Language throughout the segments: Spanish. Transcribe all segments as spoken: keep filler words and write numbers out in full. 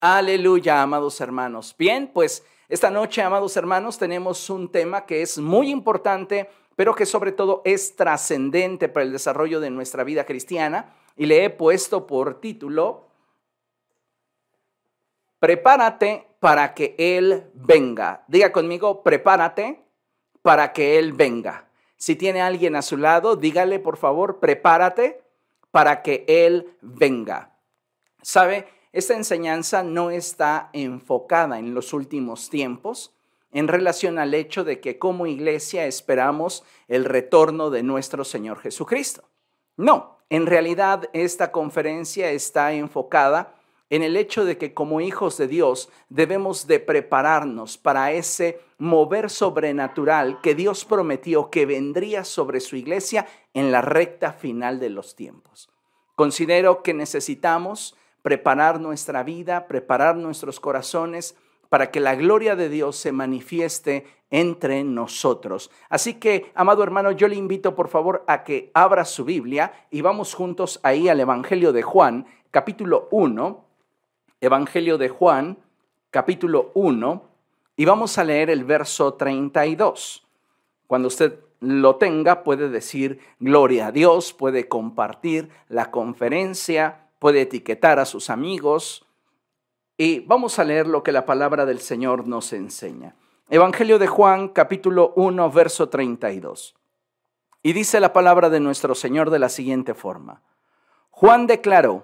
Aleluya, amados hermanos. Bien, pues esta noche, amados hermanos, tenemos un tema que es muy importante, pero que sobre todo es trascendente para el desarrollo de nuestra vida cristiana. Y le he puesto por título, prepárate para que Él venga. Diga conmigo, prepárate para que Él venga. Si tiene alguien a su lado, dígale por favor, prepárate para que Él venga. ¿Sabe? Esta enseñanza no está enfocada en los últimos tiempos en relación al hecho de que como iglesia esperamos el retorno de nuestro Señor Jesucristo. No, en realidad esta conferencia está enfocada en el hecho de que como hijos de Dios debemos de prepararnos para ese mover sobrenatural que Dios prometió que vendría sobre su iglesia en la recta final de los tiempos. Considero que necesitamos preparar nuestra vida, preparar nuestros corazones para que la gloria de Dios se manifieste entre nosotros. Así que, amado hermano, yo le invito por favor a que abra su Biblia y vamos juntos ahí al Evangelio de Juan, capítulo uno, Evangelio de Juan, capítulo uno, y vamos a leer el verso treinta y dos. Cuando usted lo tenga, puede decir gloria a Dios, puede compartir la conferencia, puede etiquetar a sus amigos y vamos a leer lo que la palabra del Señor nos enseña. Evangelio de Juan, capítulo uno, verso treinta y dos. Y dice la palabra de nuestro Señor de la siguiente forma. Juan declaró,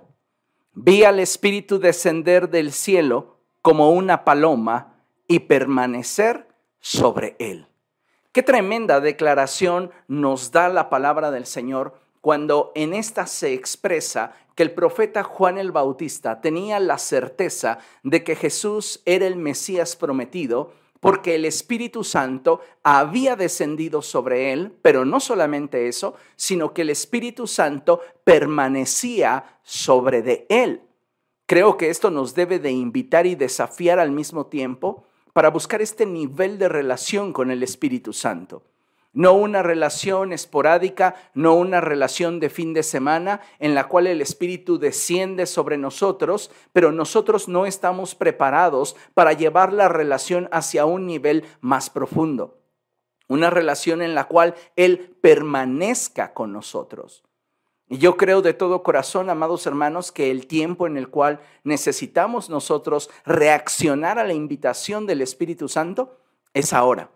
vi al Espíritu descender del cielo como una paloma y permanecer sobre él. Qué tremenda declaración nos da la palabra del Señor cuando en esta se expresa que el profeta Juan el Bautista tenía la certeza de que Jesús era el Mesías prometido porque el Espíritu Santo había descendido sobre él, pero no solamente eso, sino que el Espíritu Santo permanecía sobre de él. Creo que esto nos debe de invitar y desafiar al mismo tiempo para buscar este nivel de relación con el Espíritu Santo. No una relación esporádica, no una relación de fin de semana en la cual el Espíritu desciende sobre nosotros, pero nosotros no estamos preparados para llevar la relación hacia un nivel más profundo. Una relación en la cual Él permanezca con nosotros. Y yo creo de todo corazón, amados hermanos, que el tiempo en el cual necesitamos nosotros reaccionar a la invitación del Espíritu Santo es ahora.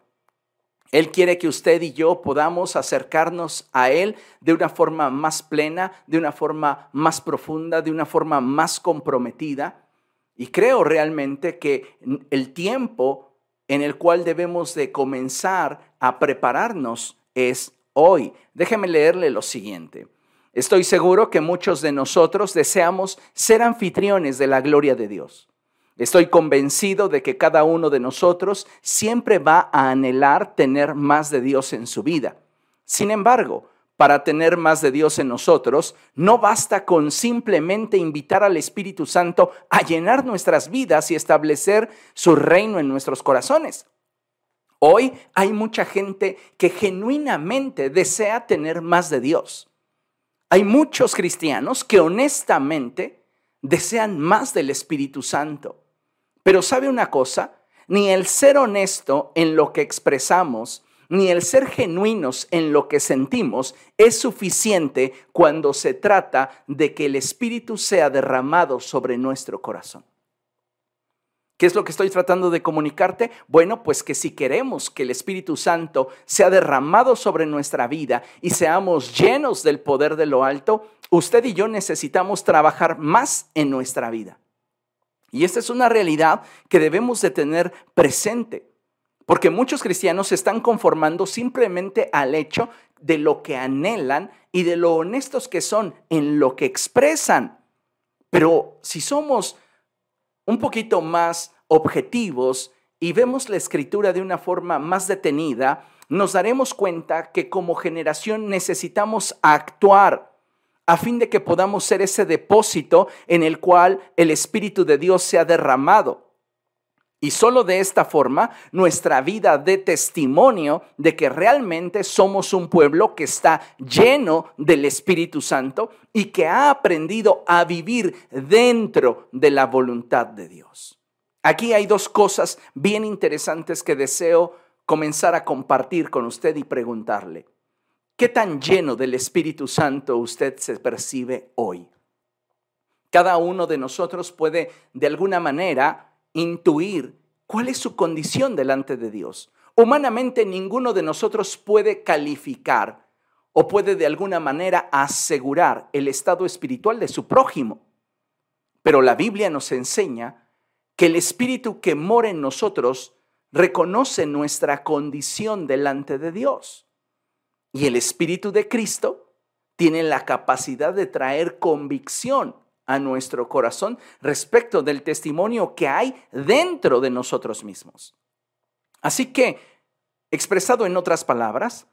Él quiere que usted y yo podamos acercarnos a Él de una forma más plena, de una forma más profunda, de una forma más comprometida. Y creo realmente que el tiempo en el cual debemos de comenzar a prepararnos es hoy. Déjeme leerle lo siguiente. Estoy seguro que muchos de nosotros deseamos ser anfitriones de la gloria de Dios. Estoy convencido de que cada uno de nosotros siempre va a anhelar tener más de Dios en su vida. Sin embargo, para tener más de Dios en nosotros, no basta con simplemente invitar al Espíritu Santo a llenar nuestras vidas y establecer su reino en nuestros corazones. Hoy hay mucha gente que genuinamente desea tener más de Dios. Hay muchos cristianos que honestamente desean más del Espíritu Santo. Pero ¿sabe una cosa? Ni el ser honesto en lo que expresamos, ni el ser genuinos en lo que sentimos es suficiente cuando se trata de que el Espíritu sea derramado sobre nuestro corazón. ¿Qué es lo que estoy tratando de comunicarte? Bueno, pues que si queremos que el Espíritu Santo sea derramado sobre nuestra vida y seamos llenos del poder de lo alto, usted y yo necesitamos trabajar más en nuestra vida. Y esta es una realidad que debemos de tener presente, porque muchos cristianos se están conformando simplemente al hecho de lo que anhelan y de lo honestos que son en lo que expresan. Pero si somos un poquito más objetivos y vemos la Escritura de una forma más detenida, nos daremos cuenta que como generación necesitamos actuar a fin de que podamos ser ese depósito en el cual el Espíritu de Dios sea derramado. Y solo de esta forma, nuestra vida dé testimonio de que realmente somos un pueblo que está lleno del Espíritu Santo y que ha aprendido a vivir dentro de la voluntad de Dios. Aquí hay dos cosas bien interesantes que deseo comenzar a compartir con usted y preguntarle. ¿Qué tan lleno del Espíritu Santo usted se percibe hoy? Cada uno de nosotros puede de alguna manera intuir cuál es su condición delante de Dios. Humanamente ninguno de nosotros puede calificar o puede de alguna manera asegurar el estado espiritual de su prójimo. Pero la Biblia nos enseña que el Espíritu que mora en nosotros reconoce nuestra condición delante de Dios. Y el Espíritu de Cristo tiene la capacidad de traer convicción a nuestro corazón respecto del testimonio que hay dentro de nosotros mismos. Así que, expresado en otras palabras,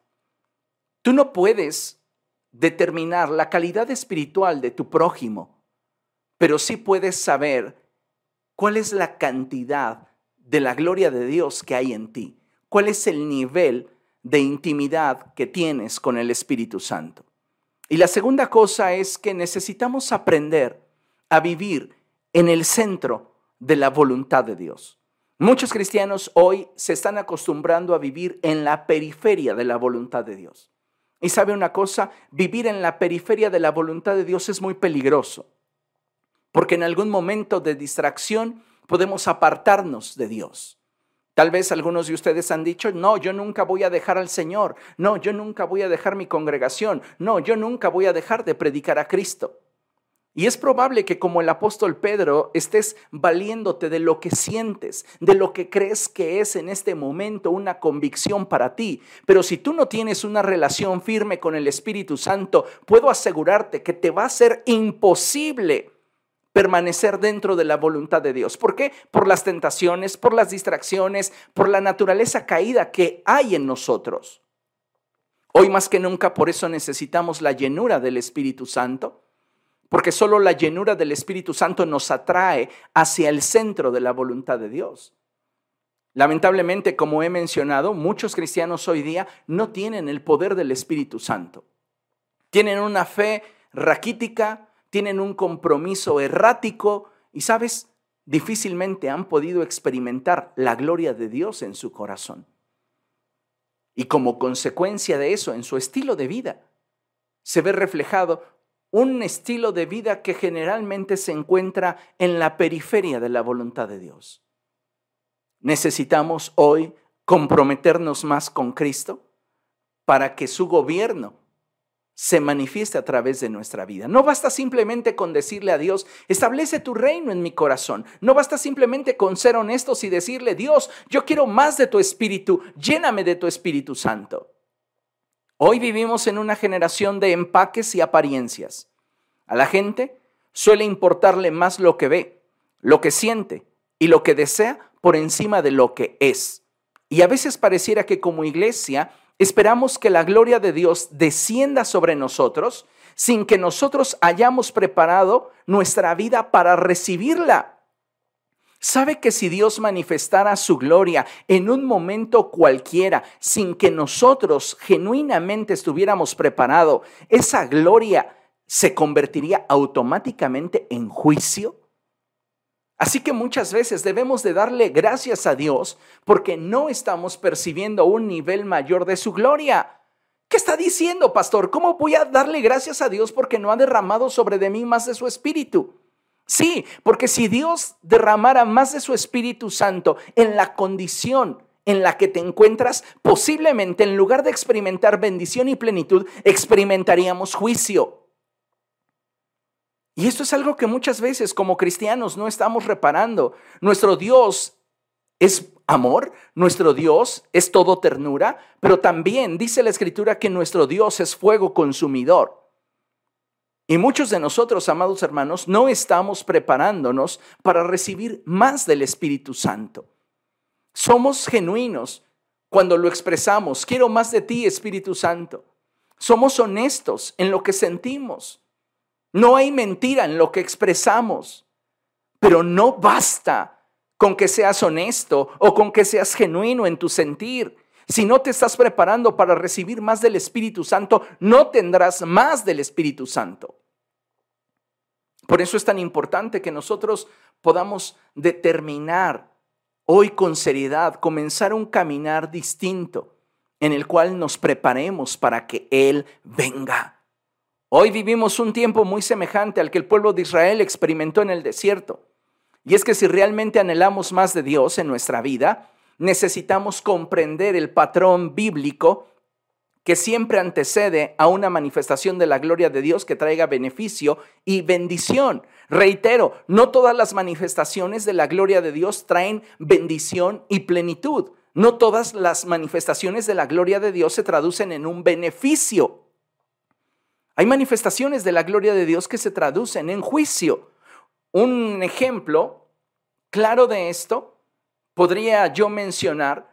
tú no puedes determinar la calidad espiritual de tu prójimo, pero sí puedes saber cuál es la cantidad de la gloria de Dios que hay en ti, cuál es el nivel de intimidad que tienes con el Espíritu Santo. Y la segunda cosa es que necesitamos aprender a vivir en el centro de la voluntad de Dios. Muchos cristianos hoy se están acostumbrando a vivir en la periferia de la voluntad de Dios. Y sabe una cosa, vivir en la periferia de la voluntad de Dios es muy peligroso, porque en algún momento de distracción podemos apartarnos de Dios. Tal vez algunos de ustedes han dicho, no, yo nunca voy a dejar al Señor, no, yo nunca voy a dejar mi congregación, no, yo nunca voy a dejar de predicar a Cristo. Y es probable que como el apóstol Pedro estés valiéndote de lo que sientes, de lo que crees que es en este momento una convicción para ti. Pero si tú no tienes una relación firme con el Espíritu Santo, puedo asegurarte que te va a ser imposible permanecer dentro de la voluntad de Dios. ¿Por qué? Por las tentaciones, por las distracciones, por la naturaleza caída que hay en nosotros. Hoy más que nunca por eso necesitamos la llenura del Espíritu Santo. Porque solo la llenura del Espíritu Santo nos atrae hacia el centro de la voluntad de Dios. Lamentablemente, como he mencionado, muchos cristianos hoy día no tienen el poder del Espíritu Santo. Tienen una fe raquítica, tienen un compromiso errático y, ¿sabes? Difícilmente han podido experimentar la gloria de Dios en su corazón. Y como consecuencia de eso, en su estilo de vida, se ve reflejado un estilo de vida que generalmente se encuentra en la periferia de la voluntad de Dios. Necesitamos hoy comprometernos más con Cristo para que su gobierno se manifieste a través de nuestra vida. No basta simplemente con decirle a Dios, establece tu reino en mi corazón. No basta simplemente con ser honestos y decirle, Dios, yo quiero más de tu Espíritu, lléname de tu Espíritu Santo. Hoy vivimos en una generación de empaques y apariencias. A la gente suele importarle más lo que ve, lo que siente y lo que desea por encima de lo que es. Y a veces pareciera que como iglesia esperamos que la gloria de Dios descienda sobre nosotros sin que nosotros hayamos preparado nuestra vida para recibirla. ¿Sabe que si Dios manifestara su gloria en un momento cualquiera, sin que nosotros genuinamente estuviéramos preparados, esa gloria se convertiría automáticamente en juicio? Así que muchas veces debemos de darle gracias a Dios porque no estamos percibiendo un nivel mayor de su gloria. ¿Qué está diciendo, pastor? ¿Cómo voy a darle gracias a Dios porque no ha derramado sobre de mí más de su Espíritu? Sí, porque si Dios derramara más de su Espíritu Santo en la condición en la que te encuentras, posiblemente en lugar de experimentar bendición y plenitud, experimentaríamos juicio. Y esto es algo que muchas veces como cristianos no estamos reparando. Nuestro Dios es amor, nuestro Dios es todo ternura, pero también dice la Escritura que nuestro Dios es fuego consumidor. Y muchos de nosotros, amados hermanos, no estamos preparándonos para recibir más del Espíritu Santo. Somos genuinos cuando lo expresamos. Quiero más de ti, Espíritu Santo. Somos honestos en lo que sentimos. No hay mentira en lo que expresamos. Pero no basta con que seas honesto o con que seas genuino en tu sentir. Si no te estás preparando para recibir más del Espíritu Santo, no tendrás más del Espíritu Santo. Por eso es tan importante que nosotros podamos determinar hoy con seriedad, comenzar un caminar distinto en el cual nos preparemos para que Él venga. Hoy vivimos un tiempo muy semejante al que el pueblo de Israel experimentó en el desierto. Y es que si realmente anhelamos más de Dios en nuestra vida, necesitamos comprender el patrón bíblico que siempre antecede a una manifestación de la gloria de Dios que traiga beneficio y bendición. Reitero, no todas las manifestaciones de la gloria de Dios traen bendición y plenitud. No todas las manifestaciones de la gloria de Dios se traducen en un beneficio. Hay manifestaciones de la gloria de Dios que se traducen en juicio. Un ejemplo claro de esto podría yo mencionar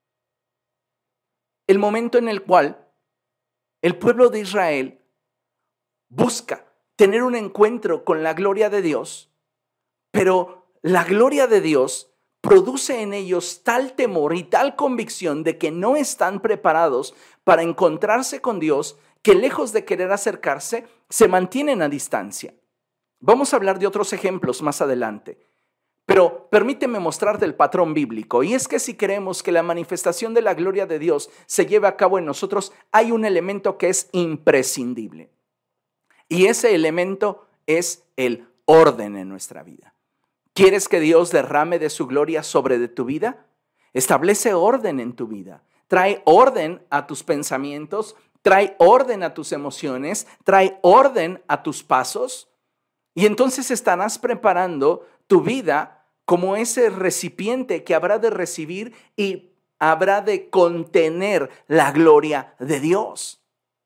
el momento en el cual el pueblo de Israel busca tener un encuentro con la gloria de Dios, pero la gloria de Dios produce en ellos tal temor y tal convicción de que no están preparados para encontrarse con Dios, que lejos de querer acercarse, se mantienen a distancia. Vamos a hablar de otros ejemplos más adelante, pero permíteme mostrarte el patrón bíblico. Y es que si queremos que la manifestación de la gloria de Dios se lleve a cabo en nosotros, hay un elemento que es imprescindible. Y ese elemento es el orden en nuestra vida. ¿Quieres que Dios derrame de su gloria sobre de tu vida? Establece orden en tu vida. Trae orden a tus pensamientos, trae orden a tus emociones, trae orden a tus pasos. Y entonces estarás preparando tu vida como ese recipiente que habrá de recibir y habrá de contener la gloria de Dios.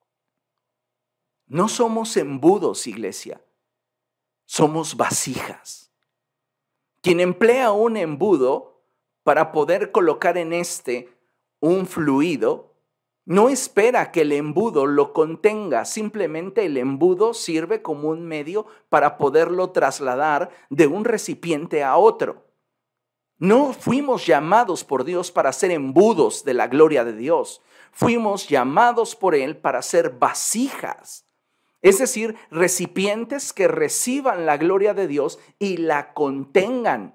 No somos embudos, iglesia. Somos vasijas. Quien emplea un embudo para poder colocar en este un fluido, no espera que el embudo lo contenga, simplemente el embudo sirve como un medio para poderlo trasladar de un recipiente a otro. No fuimos llamados por Dios para ser embudos de la gloria de Dios. Fuimos llamados por Él para ser vasijas, es decir, recipientes que reciban la gloria de Dios y la contengan.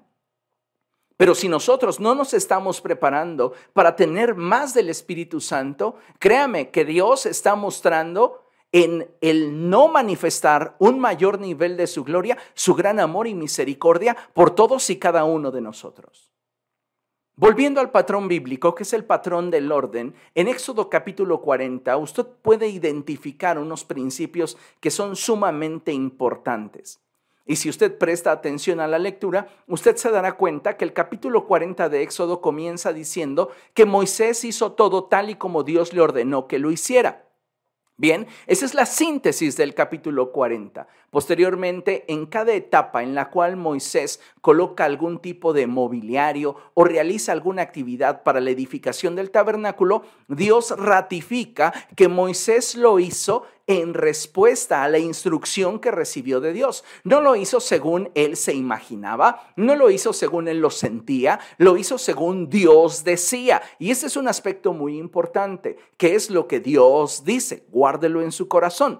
Pero si nosotros no nos estamos preparando para tener más del Espíritu Santo, créame que Dios está mostrando en el no manifestar un mayor nivel de su gloria, su gran amor y misericordia por todos y cada uno de nosotros. Volviendo al patrón bíblico, que es el patrón del orden, en Éxodo capítulo cuarenta, usted puede identificar unos principios que son sumamente importantes. Y si usted presta atención a la lectura, usted se dará cuenta que el capítulo cuarenta de Éxodo comienza diciendo que Moisés hizo todo tal y como Dios le ordenó que lo hiciera. Bien, esa es la síntesis del capítulo cuarenta. Posteriormente, en cada etapa en la cual Moisés coloca algún tipo de mobiliario o realiza alguna actividad para la edificación del tabernáculo, Dios ratifica que Moisés lo hizo en respuesta a la instrucción que recibió de Dios. No lo hizo según él se imaginaba, no lo hizo según él lo sentía, lo hizo según Dios decía. Y ese es un aspecto muy importante, que es lo que Dios dice. Guárdelo en su corazón.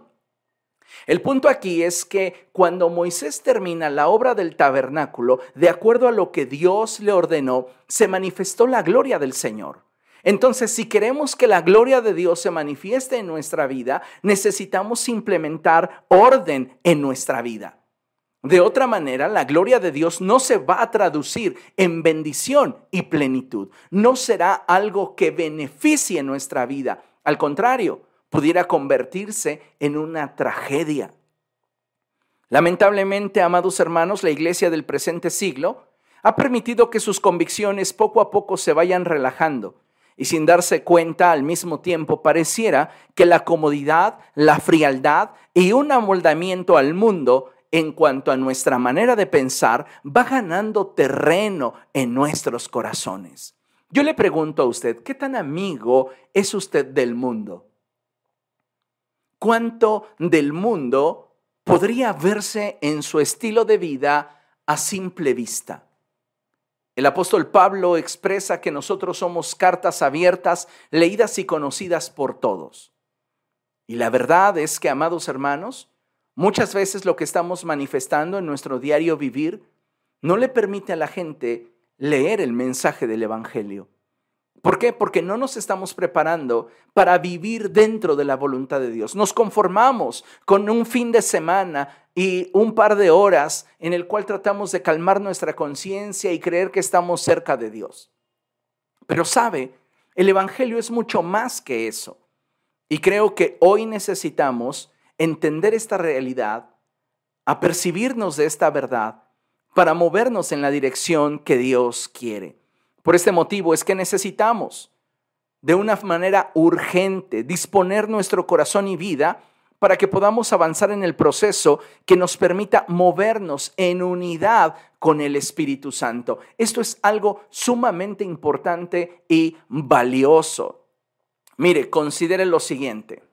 El punto aquí es que cuando Moisés termina la obra del tabernáculo, de acuerdo a lo que Dios le ordenó, se manifestó la gloria del Señor. Entonces, si queremos que la gloria de Dios se manifieste en nuestra vida, necesitamos implementar orden en nuestra vida. De otra manera, la gloria de Dios no se va a traducir en bendición y plenitud. No será algo que beneficie nuestra vida. Al contrario, pudiera convertirse en una tragedia. Lamentablemente, amados hermanos, la iglesia del presente siglo ha permitido que sus convicciones poco a poco se vayan relajando. Y sin darse cuenta, al mismo tiempo pareciera que la comodidad, la frialdad y un amoldamiento al mundo en cuanto a nuestra manera de pensar va ganando terreno en nuestros corazones. Yo le pregunto a usted, ¿qué tan amigo es usted del mundo? ¿Cuánto del mundo podría verse en su estilo de vida a simple vista? El apóstol Pablo expresa que nosotros somos cartas abiertas, leídas y conocidas por todos. Y la verdad es que, amados hermanos, muchas veces lo que estamos manifestando en nuestro diario vivir no le permite a la gente leer el mensaje del Evangelio. ¿Por qué? Porque no nos estamos preparando para vivir dentro de la voluntad de Dios. Nos conformamos con un fin de semana y un par de horas en el cual tratamos de calmar nuestra conciencia y creer que estamos cerca de Dios. Pero sabe, el Evangelio es mucho más que eso. Y creo que hoy necesitamos entender esta realidad, apercibirnos de esta verdad para movernos en la dirección que Dios quiere. Por este motivo es que necesitamos de una manera urgente disponer nuestro corazón y vida para que podamos avanzar en el proceso que nos permita movernos en unidad con el Espíritu Santo. Esto es algo sumamente importante y valioso. Mire, considere lo siguiente.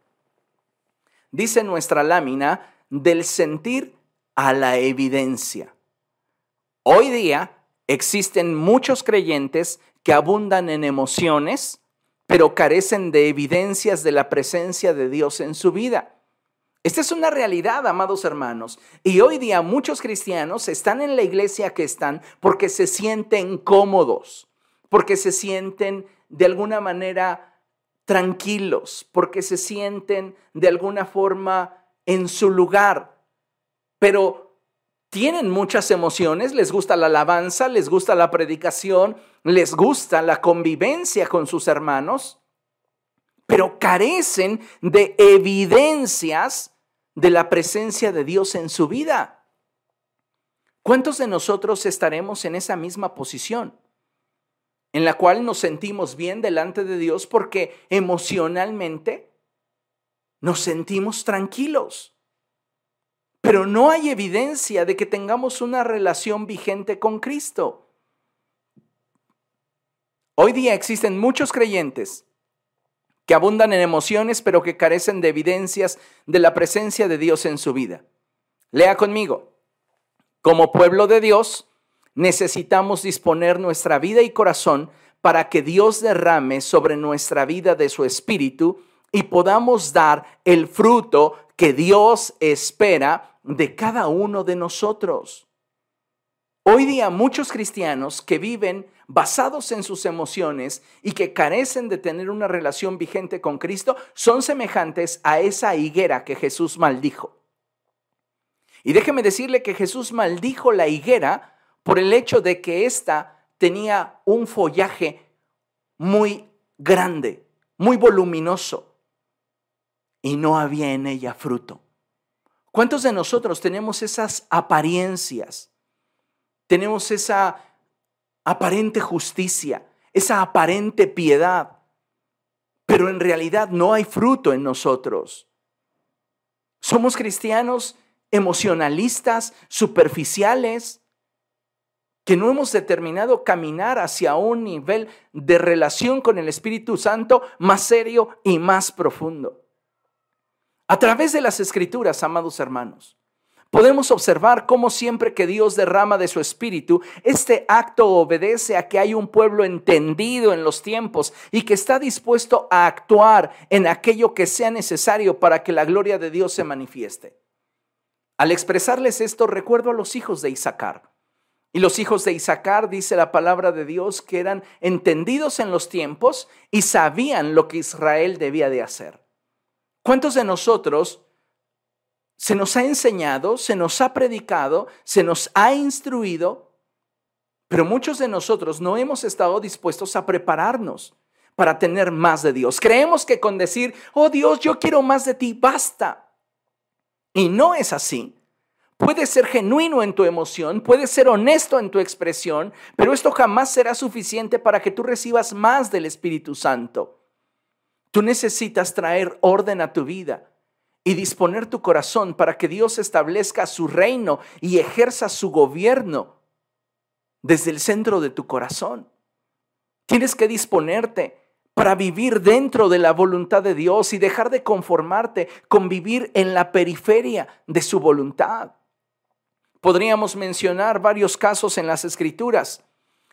Dice nuestra lámina, del sentir a la evidencia. Hoy día existen muchos creyentes que abundan en emociones, pero carecen de evidencias de la presencia de Dios en su vida. Esta es una realidad, amados hermanos. Y hoy día muchos cristianos están en la iglesia que están porque se sienten cómodos, porque se sienten de alguna manera tranquilos, porque se sienten de alguna forma en su lugar. Pero tienen muchas emociones, les gusta la alabanza, les gusta la predicación, les gusta la convivencia con sus hermanos, pero carecen de evidencias de la presencia de Dios en su vida. ¿Cuántos de nosotros estaremos en esa misma posición, en la cual nos sentimos bien delante de Dios porque emocionalmente nos sentimos tranquilos? Pero no hay evidencia de que tengamos una relación vigente con Cristo. Hoy día existen muchos creyentes que abundan en emociones, pero que carecen de evidencias de la presencia de Dios en su vida. Lea conmigo. Como pueblo de Dios, necesitamos disponer nuestra vida y corazón para que Dios derrame sobre nuestra vida de su Espíritu y podamos dar el fruto que Dios espera de cada uno de nosotros. Hoy día muchos cristianos que viven basados en sus emociones y que carecen de tener una relación vigente con Cristo son semejantes a esa higuera que Jesús maldijo. Y déjeme decirle que Jesús maldijo la higuera por el hecho de que ésta tenía un follaje muy grande, muy voluminoso, y no había en ella fruto. ¿Cuántos de nosotros tenemos esas apariencias? Tenemos esa aparente justicia, esa aparente piedad, pero en realidad no hay fruto en nosotros. Somos cristianos emocionalistas, superficiales, que no hemos determinado caminar hacia un nivel de relación con el Espíritu Santo más serio y más profundo. A través de las Escrituras, amados hermanos, podemos observar cómo siempre que Dios derrama de su Espíritu, este acto obedece a que hay un pueblo entendido en los tiempos y que está dispuesto a actuar en aquello que sea necesario para que la gloria de Dios se manifieste. Al expresarles esto, recuerdo a los hijos de Isaacar. Y los hijos de Isaacar, dice la palabra de Dios, que eran entendidos en los tiempos y sabían lo que Israel debía de hacer. ¿Cuántos de nosotros se nos ha enseñado, se nos ha predicado, se nos ha instruido, pero muchos de nosotros no hemos estado dispuestos a prepararnos para tener más de Dios? Creemos que con decir, oh Dios, yo quiero más de ti, basta. Y no es así. Puedes ser genuino en tu emoción, puedes ser honesto en tu expresión, pero esto jamás será suficiente para que tú recibas más del Espíritu Santo. Tú necesitas traer orden a tu vida y disponer tu corazón para que Dios establezca su reino y ejerza su gobierno desde el centro de tu corazón. Tienes que disponerte para vivir dentro de la voluntad de Dios y dejar de conformarte con vivir en la periferia de su voluntad. Podríamos mencionar varios casos en las Escrituras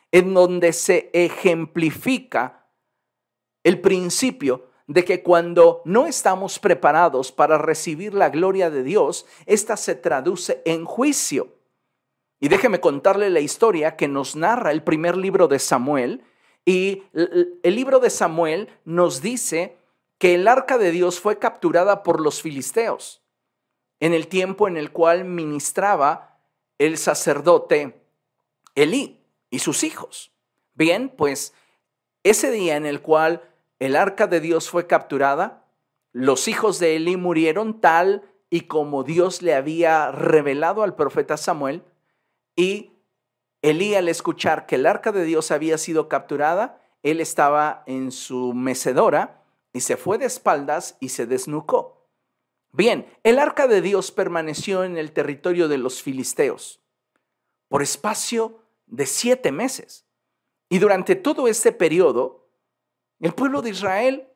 en donde se ejemplifica el principio de que cuando no estamos preparados para recibir la gloria de Dios, esta se traduce en juicio. Y déjeme contarle la historia que nos narra el primer libro de Samuel. Y el libro de Samuel nos dice que el arca de Dios fue capturada por los filisteos en el tiempo en el cual ministraba el sacerdote Elí y sus hijos. Bien, pues ese día en el cual el arca de Dios fue capturada, los hijos de Elí murieron tal y como Dios le había revelado al profeta Samuel, y Elí, al escuchar que el arca de Dios había sido capturada, él estaba en su mecedora y se fue de espaldas y se desnucó. Bien, el arca de Dios permaneció en el territorio de los filisteos por espacio de siete meses. Y durante todo este periodo, el pueblo de Israel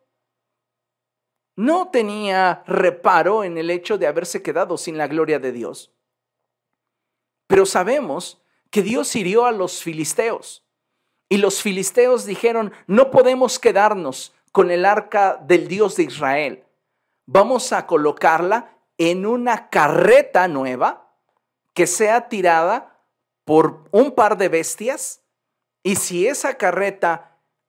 no tenía reparo en el hecho de haberse quedado sin la gloria de Dios. Pero sabemos que Dios hirió a los filisteos y los filisteos dijeron: no podemos quedarnos con el arca del Dios de Israel. Vamos a colocarla en una carreta nueva que sea tirada por un par de bestias, y si esa carreta,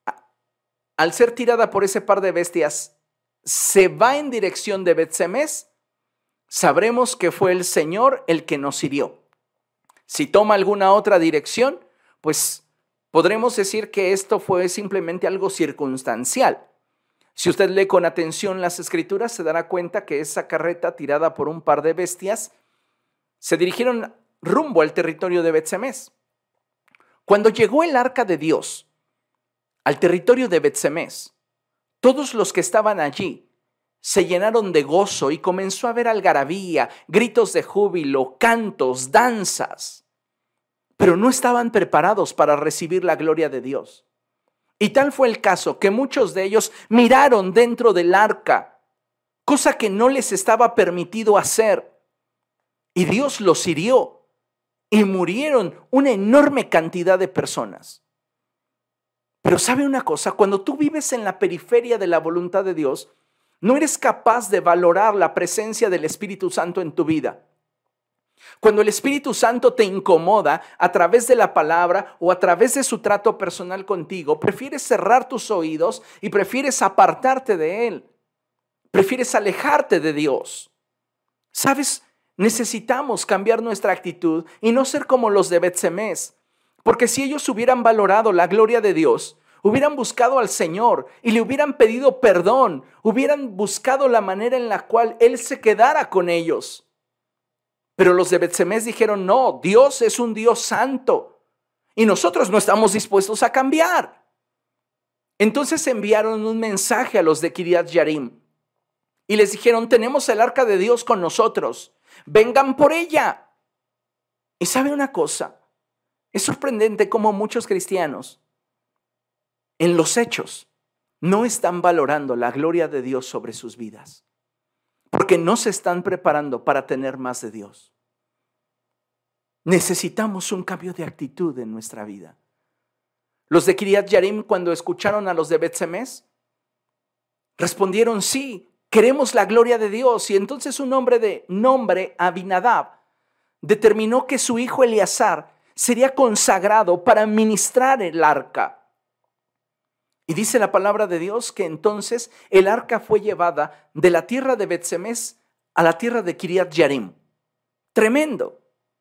al ser tirada por ese par de bestias, se va en dirección de Bet-Semes, sabremos que fue el Señor el que nos hirió. Si toma alguna otra dirección, pues podremos decir que esto fue simplemente algo circunstancial. Si usted lee con atención las Escrituras, se dará cuenta que esa carreta tirada por un par de bestias se dirigieron rumbo al territorio de Bet-Semes. Cuando llegó el arca de Dios al territorio de Bet-Semes, todos los que estaban allí se llenaron de gozo y comenzó a haber algarabía, gritos de júbilo, cantos, danzas. Pero no estaban preparados para recibir la gloria de Dios. Y tal fue el caso que muchos de ellos miraron dentro del arca, cosa que no les estaba permitido hacer. Y Dios los hirió y murieron una enorme cantidad de personas. Pero ¿sabe una cosa? Cuando tú vives en la periferia de la voluntad de Dios, no eres capaz de valorar la presencia del Espíritu Santo en tu vida. Cuando el Espíritu Santo te incomoda a través de la palabra o a través de su trato personal contigo, prefieres cerrar tus oídos y prefieres apartarte de Él. Prefieres alejarte de Dios. ¿Sabes? Necesitamos cambiar nuestra actitud y no ser como los de Bet-Semes, porque si ellos hubieran valorado la gloria de Dios, hubieran buscado al Señor y le hubieran pedido perdón, hubieran buscado la manera en la cual Él se quedara con ellos. Pero los de Bet-Semes dijeron: no, Dios es un Dios santo y nosotros no estamos dispuestos a cambiar. Entonces enviaron un mensaje a los de Kiriat Yarim y les dijeron: tenemos el arca de Dios con nosotros, vengan por ella. Y sabe una cosa, es sorprendente cómo muchos cristianos en los hechos no están valorando la gloria de Dios sobre sus vidas, porque no se están preparando para tener más de Dios. Necesitamos un cambio de actitud en nuestra vida. Los de Kiriat Yarim, cuando escucharon a los de Bet-Semes, respondieron: sí, queremos la gloria de Dios. Y entonces un hombre de nombre Abinadab determinó que su hijo Eleazar sería consagrado para ministrar el arca. Y dice la palabra de Dios que entonces el arca fue llevada de la tierra de Bet-Semes a la tierra de Kiriat Yarim. Tremendo.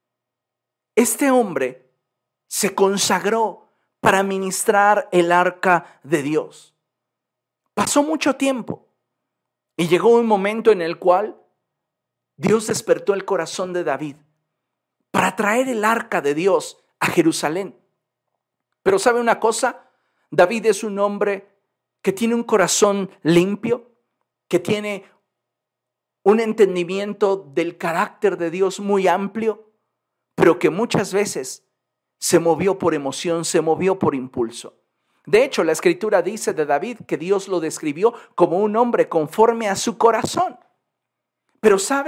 Este hombre se consagró para ministrar el arca de Dios. Pasó mucho tiempo y llegó un momento en el cual Dios despertó el corazón de David para traer el arca de Dios a Jerusalén. Pero ¿sabe una cosa? David es un hombre que tiene un corazón limpio, que tiene un entendimiento del carácter de Dios muy amplio, pero que muchas veces se movió por emoción, se movió por impulso. De hecho, la Escritura dice de David que Dios lo describió como un hombre conforme a su corazón. Pero ¿sabes?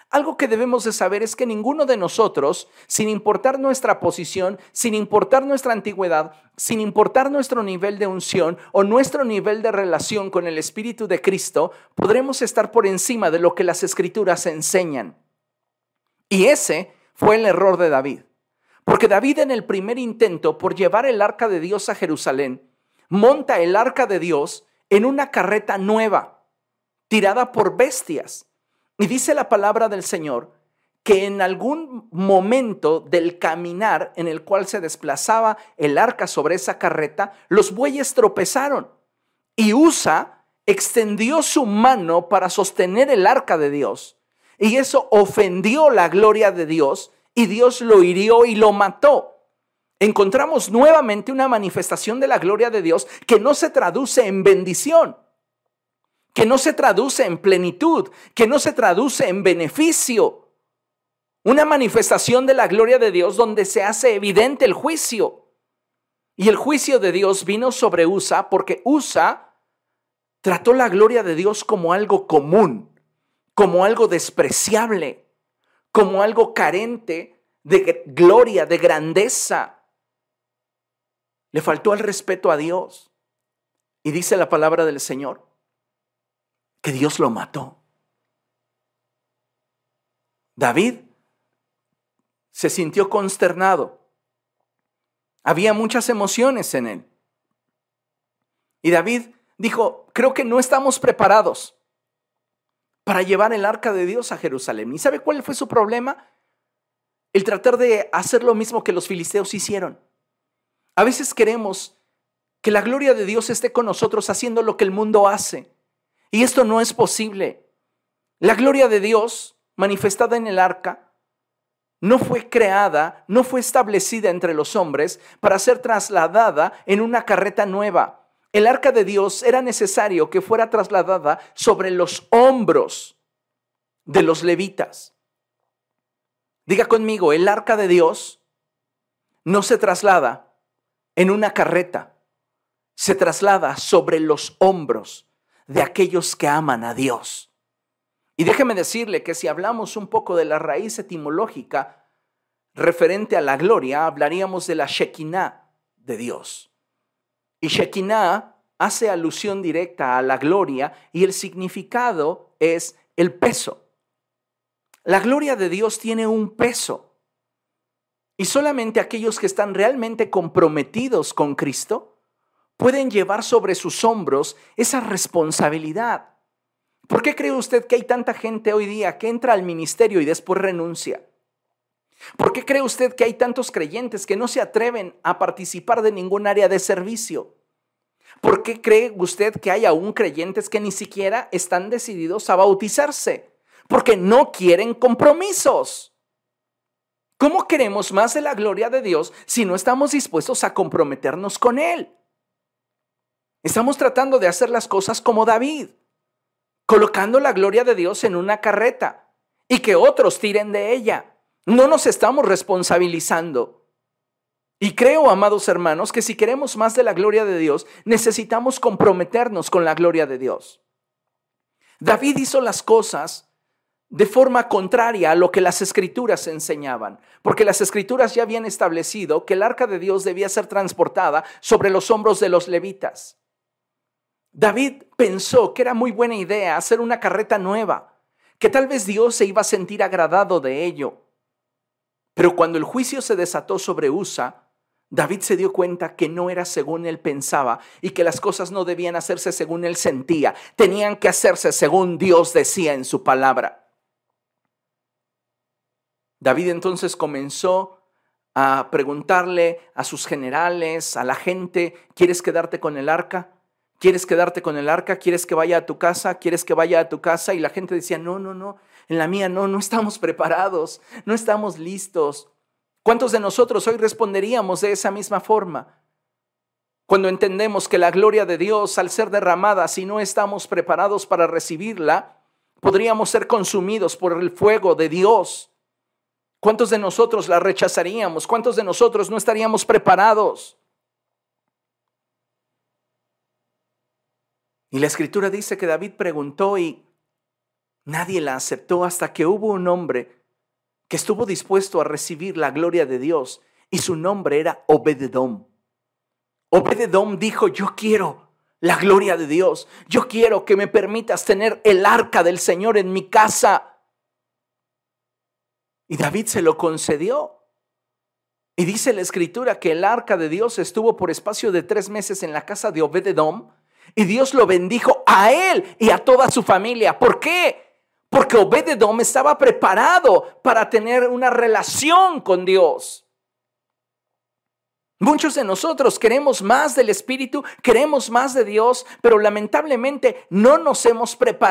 Algo que debemos de saber es que ninguno de nosotros, sin importar nuestra posición, sin importar nuestra antigüedad, sin importar nuestro nivel de unción o nuestro nivel de relación con el Espíritu de Cristo, podremos estar por encima de lo que las Escrituras enseñan. Y ese fue el error de David. Porque David, en el primer intento por llevar el arca de Dios a Jerusalén, monta el arca de Dios en una carreta nueva, tirada por bestias. Y dice la palabra del Señor que en algún momento del caminar en el cual se desplazaba el arca sobre esa carreta, los bueyes tropezaron y Usa extendió su mano para sostener el arca de Dios. Y eso ofendió la gloria de Dios y Dios lo hirió y lo mató. Encontramos nuevamente una manifestación de la gloria de Dios que no se traduce en bendición, que no se traduce en plenitud, que no se traduce en beneficio. Una manifestación de la gloria de Dios donde se hace evidente el juicio. Y el juicio de Dios vino sobre Usa porque Usa trató la gloria de Dios como algo común, como algo despreciable, como algo carente de gloria, de grandeza. Le faltó el respeto a Dios. Y dice la palabra del Señor que Dios lo mató. David se sintió consternado. Había muchas emociones en él. Y David dijo, creo que no estamos preparados para llevar el arca de Dios a Jerusalén. ¿Y sabe cuál fue su problema? El tratar de hacer lo mismo que los filisteos hicieron. A veces queremos que la gloria de Dios esté con nosotros haciendo lo que el mundo hace. Y esto no es posible. La gloria de Dios manifestada en el arca no fue creada, no fue establecida entre los hombres para ser trasladada en una carreta nueva. El arca de Dios era necesario que fuera trasladada sobre los hombros de los levitas. Diga conmigo, el arca de Dios no se traslada en una carreta, se traslada sobre los hombros de aquellos que aman a Dios. Y déjeme decirle que si hablamos un poco de la raíz etimológica referente a la gloria, hablaríamos de la Shekinah de Dios. Y Shekinah hace alusión directa a la gloria y el significado es el peso. La gloria de Dios tiene un peso. Y solamente aquellos que están realmente comprometidos con Cristo pueden llevar sobre sus hombros esa responsabilidad. ¿Por qué cree usted que hay tanta gente hoy día que entra al ministerio y después renuncia? ¿Por qué cree usted que hay tantos creyentes que no se atreven a participar de ningún área de servicio? ¿Por qué cree usted que hay aún creyentes que ni siquiera están decididos a bautizarse? Porque no quieren compromisos. ¿Cómo queremos más de la gloria de Dios si no estamos dispuestos a comprometernos con Él? Estamos tratando de hacer las cosas como David, colocando la gloria de Dios en una carreta y que otros tiren de ella. No nos estamos responsabilizando. Y creo, amados hermanos, que si queremos más de la gloria de Dios, necesitamos comprometernos con la gloria de Dios. David hizo las cosas de forma contraria a lo que las Escrituras enseñaban, porque las Escrituras ya habían establecido que el arca de Dios debía ser transportada sobre los hombros de los levitas. David pensó que era muy buena idea hacer una carreta nueva, que tal vez Dios se iba a sentir agradado de ello. Pero cuando el juicio se desató sobre Usa, David se dio cuenta que no era según él pensaba y que las cosas no debían hacerse según él sentía, tenían que hacerse según Dios decía en su palabra. David entonces comenzó a preguntarle a sus generales, a la gente, ¿quieres quedarte con el arca? ¿Quieres quedarte con el arca? ¿Quieres que vaya a tu casa? ¿Quieres que vaya a tu casa? Y la gente decía, no, no, no, en la mía no, no estamos preparados, no estamos listos. ¿Cuántos de nosotros hoy responderíamos de esa misma forma? Cuando entendemos que la gloria de Dios, al ser derramada, si no estamos preparados para recibirla, podríamos ser consumidos por el fuego de Dios. ¿Cuántos de nosotros la rechazaríamos? ¿Cuántos de nosotros no estaríamos preparados? Y la Escritura dice que David preguntó y Nadie la aceptó hasta que hubo un hombre que estuvo dispuesto a recibir la gloria de Dios y su nombre era Obed-edom. Obed-edom dijo, yo quiero la gloria de Dios. Yo quiero que me permitas tener el arca del Señor en mi casa. Y David se lo concedió. Y dice la escritura que el arca de Dios estuvo por espacio de tres meses en la casa de Obed-edom y Dios lo bendijo a él y a toda su familia. ¿Por qué? Porque Obed-edom estaba preparado para tener una relación con Dios. Muchos de nosotros queremos más del Espíritu, queremos más de Dios, pero lamentablemente no nos hemos preparado